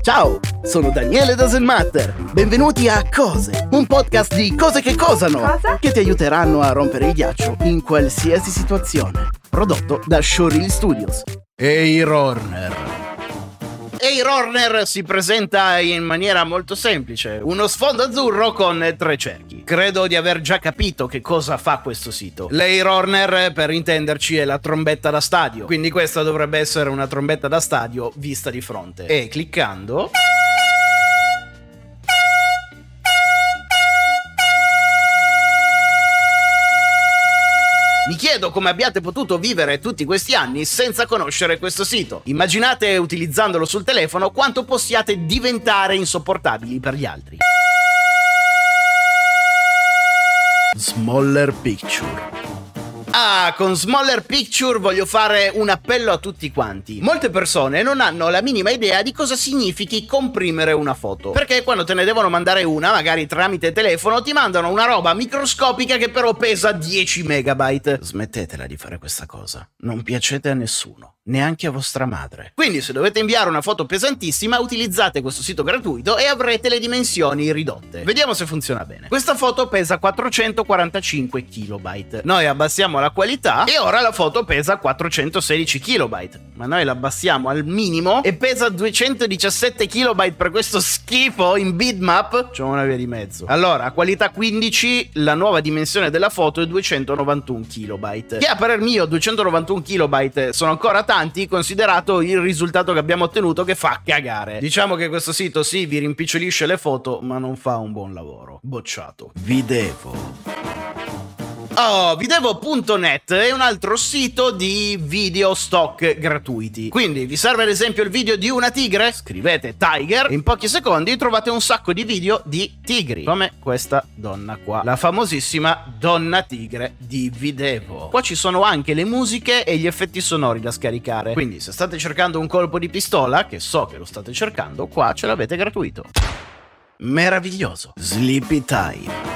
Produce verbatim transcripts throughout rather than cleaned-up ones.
Ciao, sono Daniele Doesn't Matter. Benvenuti a Cose, un podcast di cose che cosano, Cosa? che ti aiuteranno a rompere il ghiaccio in qualsiasi situazione. Prodotto da Showreel Studios. Ehi Horner. Ehi Horner si presenta in maniera molto semplice, uno sfondo azzurro con tre cerchi. Credo di aver già capito che cosa fa questo sito. L'Ehi Horner, per intenderci, è la trombetta da stadio, quindi questa dovrebbe essere una trombetta da stadio vista di fronte. E cliccando... Mi chiedo come abbiate potuto vivere tutti questi anni senza conoscere questo sito. Immaginate, utilizzandolo sul telefono, quanto possiate diventare insopportabili per gli altri. Smaller Picture. Ah, con Smaller Picture voglio fare un appello a tutti quanti. Molte persone non hanno la minima idea di cosa significhi comprimere una foto, perché quando te ne devono mandare una, magari tramite telefono, ti mandano una roba microscopica che però pesa dieci megabyte. Smettetela di fare questa cosa. Non piacete a nessuno, neanche a vostra madre. Quindi se dovete inviare una foto pesantissima, utilizzate questo sito gratuito e avrete le dimensioni ridotte. Vediamo se funziona bene. Questa foto pesa quattrocentoquarantacinque kilobyte. Noi abbassiamo la qualità e ora la foto pesa quattrocentosedici kilobyte, ma noi la abbassiamo al minimo e pesa duecentodiciassette kilobyte per questo schifo in bitmap. C'è una via di mezzo. Allora, a qualità quindici, la nuova dimensione della foto è duecentonovantuno kilobyte, che a parer mio duecentonovantuno kilobyte sono ancora tanti, considerato il risultato che abbiamo ottenuto, che fa cagare. Diciamo che questo sito sì, vi rimpicciolisce le foto, ma non fa un buon lavoro. Bocciato. Videvo. Oh, videvo punto net è un altro sito di video stock gratuiti. Quindi vi serve ad esempio il video di una tigre? Scrivete Tiger e in pochi secondi trovate un sacco di video di tigri, come questa donna qua, la famosissima donna tigre di Videvo. Qua ci sono anche le musiche e gli effetti sonori da scaricare, quindi se state cercando un colpo di pistola, che so che lo state cercando, qua ce l'avete gratuito. Meraviglioso. Sleepy Time.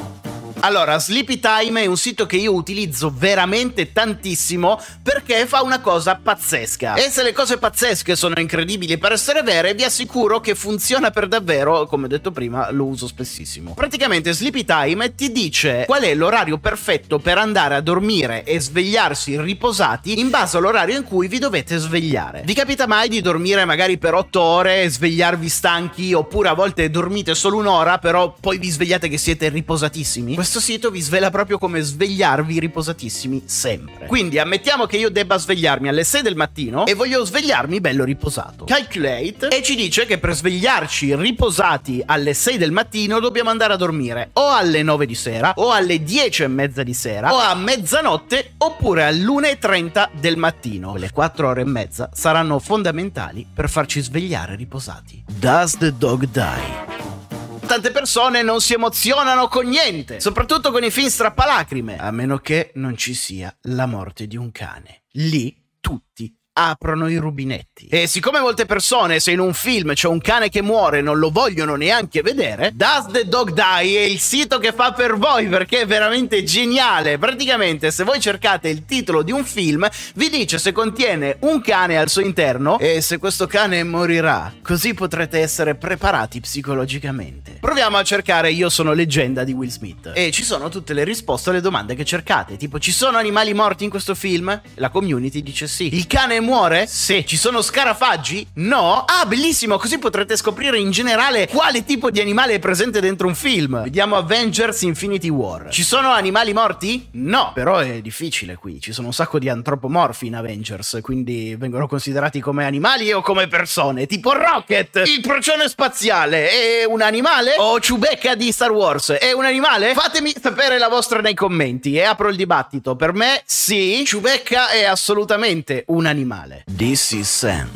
Allora, Sleepy Time è un sito che io utilizzo veramente tantissimo perché fa una cosa pazzesca. E se le cose pazzesche sono incredibili per essere vere, vi assicuro che funziona per davvero. Come detto prima, lo uso spessissimo. Praticamente Sleepy Time ti dice qual è l'orario perfetto per andare a dormire e svegliarsi riposati in base all'orario in cui vi dovete svegliare. Vi capita mai di dormire magari per otto ore e svegliarvi stanchi, oppure a volte dormite solo un'ora però poi vi svegliate che siete riposatissimi? Questo sito vi svela proprio come svegliarvi riposatissimi sempre. Quindi ammettiamo che io debba svegliarmi alle sei del mattino e voglio svegliarmi bello riposato. Calculate e ci dice che per svegliarci riposati alle sei del mattino dobbiamo andare a dormire o alle nove di sera o alle dieci e mezza di sera o a mezzanotte oppure all'una e trenta del mattino. Quelle quattro ore e mezza saranno fondamentali per farci svegliare riposati. Does the dog die? Tante persone non si emozionano con niente, soprattutto con i film strappalacrime, a meno che non ci sia la morte di un cane. Lì tutti aprono i rubinetti. E siccome molte persone, se in un film c'è un cane che muore, non lo vogliono neanche vedere, Does the Dog Die è il sito che fa per voi, perché è veramente geniale. Praticamente, se voi cercate il titolo di un film, vi dice se contiene un cane al suo interno e se questo cane morirà, così potrete essere preparati psicologicamente. Proviamo a cercare Io sono leggenda di Will Smith e ci sono tutte le risposte alle domande che cercate, tipo: ci sono animali morti in questo film? La community dice sì. Il cane muore? Sì. Ci sono scarafaggi? No. Ah, bellissimo, così potrete scoprire in generale quale tipo di animale è presente dentro un film. Vediamo Avengers Infinity War. Ci sono animali morti? No. Però è difficile qui, ci sono un sacco di antropomorfi in Avengers, quindi vengono considerati come animali o come persone, tipo Rocket, il procione spaziale, è un animale? O Chewbacca di Star Wars, è un animale? Fatemi sapere la vostra nei commenti e apro il dibattito. Per me sì, Chewbacca è assolutamente un animale. This is sand.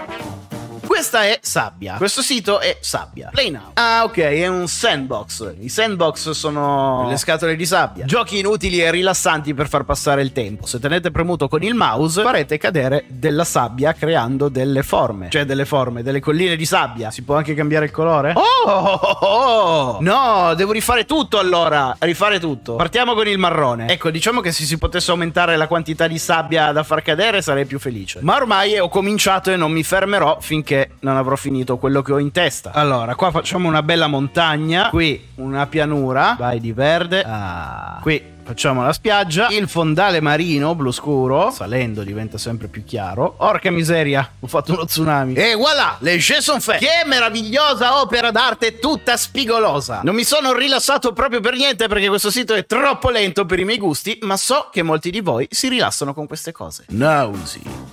Questa è sabbia. Questo sito è sabbia. Play now. Ah, ok, è un sandbox. I sandbox sono le scatole di sabbia. Giochi inutili e rilassanti per far passare il tempo. Se tenete premuto con il mouse, farete cadere della sabbia creando delle forme. Cioè delle forme, delle colline di sabbia. Si può anche cambiare il colore? Oh! oh, oh, oh. No, devo rifare tutto allora. Rifare tutto. Partiamo con il marrone. Ecco, diciamo che se si potesse aumentare la quantità di sabbia da far cadere sarei più felice. Ma ormai ho cominciato e non mi fermerò finché che non avrò finito quello che ho in testa. Allora, qua facciamo una bella montagna, qui una pianura, vai di verde, ah. qui facciamo la spiaggia, il fondale marino blu scuro, salendo diventa sempre più chiaro. Orca miseria, ho fatto uno tsunami. E voilà, le jeux sont faits. Che meravigliosa opera d'arte tutta spigolosa. Non mi sono rilassato proprio per niente perché questo sito è troppo lento per i miei gusti, ma so che molti di voi si rilassano con queste cose. Nausi.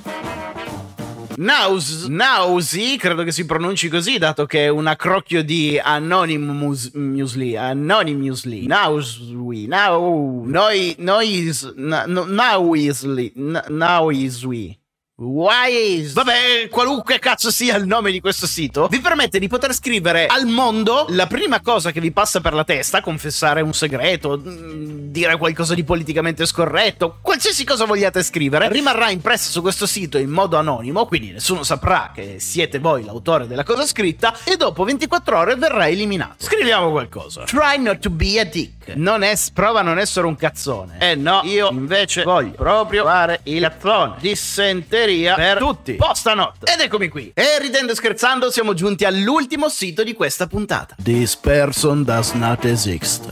Naus, Nausi, credo che si pronunci così, dato che è un accrocchio di Anonymously, Anonymously, Nauswi, Nau, Noi, Nois, Nauisly, Nauiswi. Wise. Vabbè, qualunque cazzo sia il nome di questo sito, vi permette di poter scrivere al mondo la prima cosa che vi passa per la testa, confessare un segreto, dire qualcosa di politicamente scorretto, qualsiasi cosa vogliate scrivere, rimarrà impressa su questo sito in modo anonimo, quindi nessuno saprà che siete voi l'autore della cosa scritta, e dopo ventiquattro ore verrà eliminato. Scriviamo qualcosa. Try not to be a dick. Non è, prova a non essere un cazzone. Eh no, io invece voglio proprio fare il cazzone. Dissenteria per tutti. Postanot. Ed eccomi qui. E ridendo e scherzando siamo giunti all'ultimo sito di questa puntata. This person does not exist.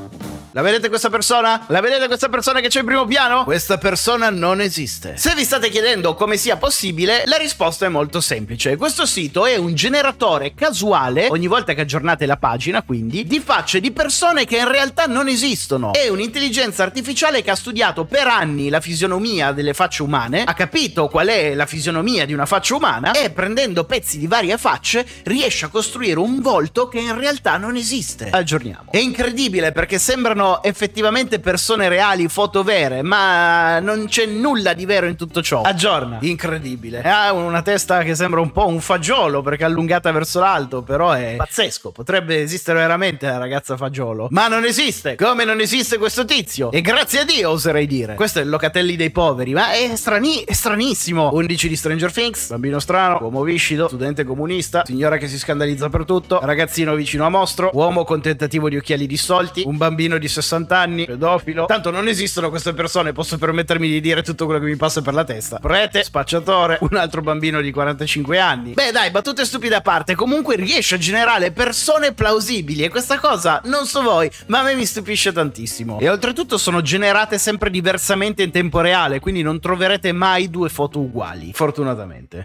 La vedete questa persona? La vedete questa persona che c'è in primo piano? Questa persona non esiste. Se vi state chiedendo come sia possibile, la risposta è molto semplice. Questo sito è un generatore casuale, ogni volta che aggiornate la pagina, quindi, di facce di persone che in realtà non esistono. È un'intelligenza artificiale che ha studiato per anni la fisionomia delle facce umane, ha capito qual è la fisionomia di una faccia umana e, prendendo pezzi di varie facce, riesce a costruire un volto che in realtà non esiste. Aggiorniamo. È incredibile perché sembrano effettivamente persone reali, foto vere, ma non c'è nulla di vero in tutto ciò. Aggiorna. Incredibile. Ha una testa che sembra un po' un fagiolo perché è allungata verso l'alto, però è pazzesco. Potrebbe esistere veramente la ragazza fagiolo, ma non esiste. Come non esiste questo tizio? E grazie a Dio, oserei dire. Questo è il Locatelli dei poveri, ma è strani- è stranissimo. undici di Stranger Things, bambino strano, uomo viscido, studente comunista, signora che si scandalizza per tutto, ragazzino vicino a mostro, uomo con tentativo di occhiali dissolti, un bambino di sessanta anni, pedofilo. Tanto non esistono queste persone, posso permettermi di dire tutto quello che mi passa per la testa. Prete, spacciatore, un altro bambino di quarantacinque anni. Beh dai, battute stupide a parte, comunque riesce a generare persone plausibili e questa cosa, non so voi, ma a me mi stupisce tantissimo. E oltretutto sono generate sempre diversamente in tempo reale, quindi non troverete mai due foto uguali, fortunatamente.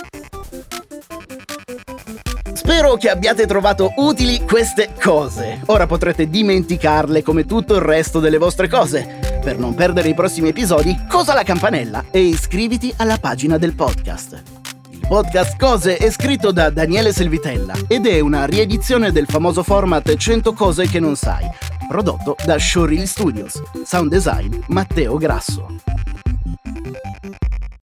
Spero che abbiate trovato utili queste cose. Ora potrete dimenticarle come tutto il resto delle vostre cose. Per non perdere i prossimi episodi, cosa la campanella e iscriviti alla pagina del podcast. Il podcast Cose è scritto da Daniele Selvitella ed è una riedizione del famoso format cento cose che non sai, prodotto da Showreel Studios. Sound design Matteo Grasso.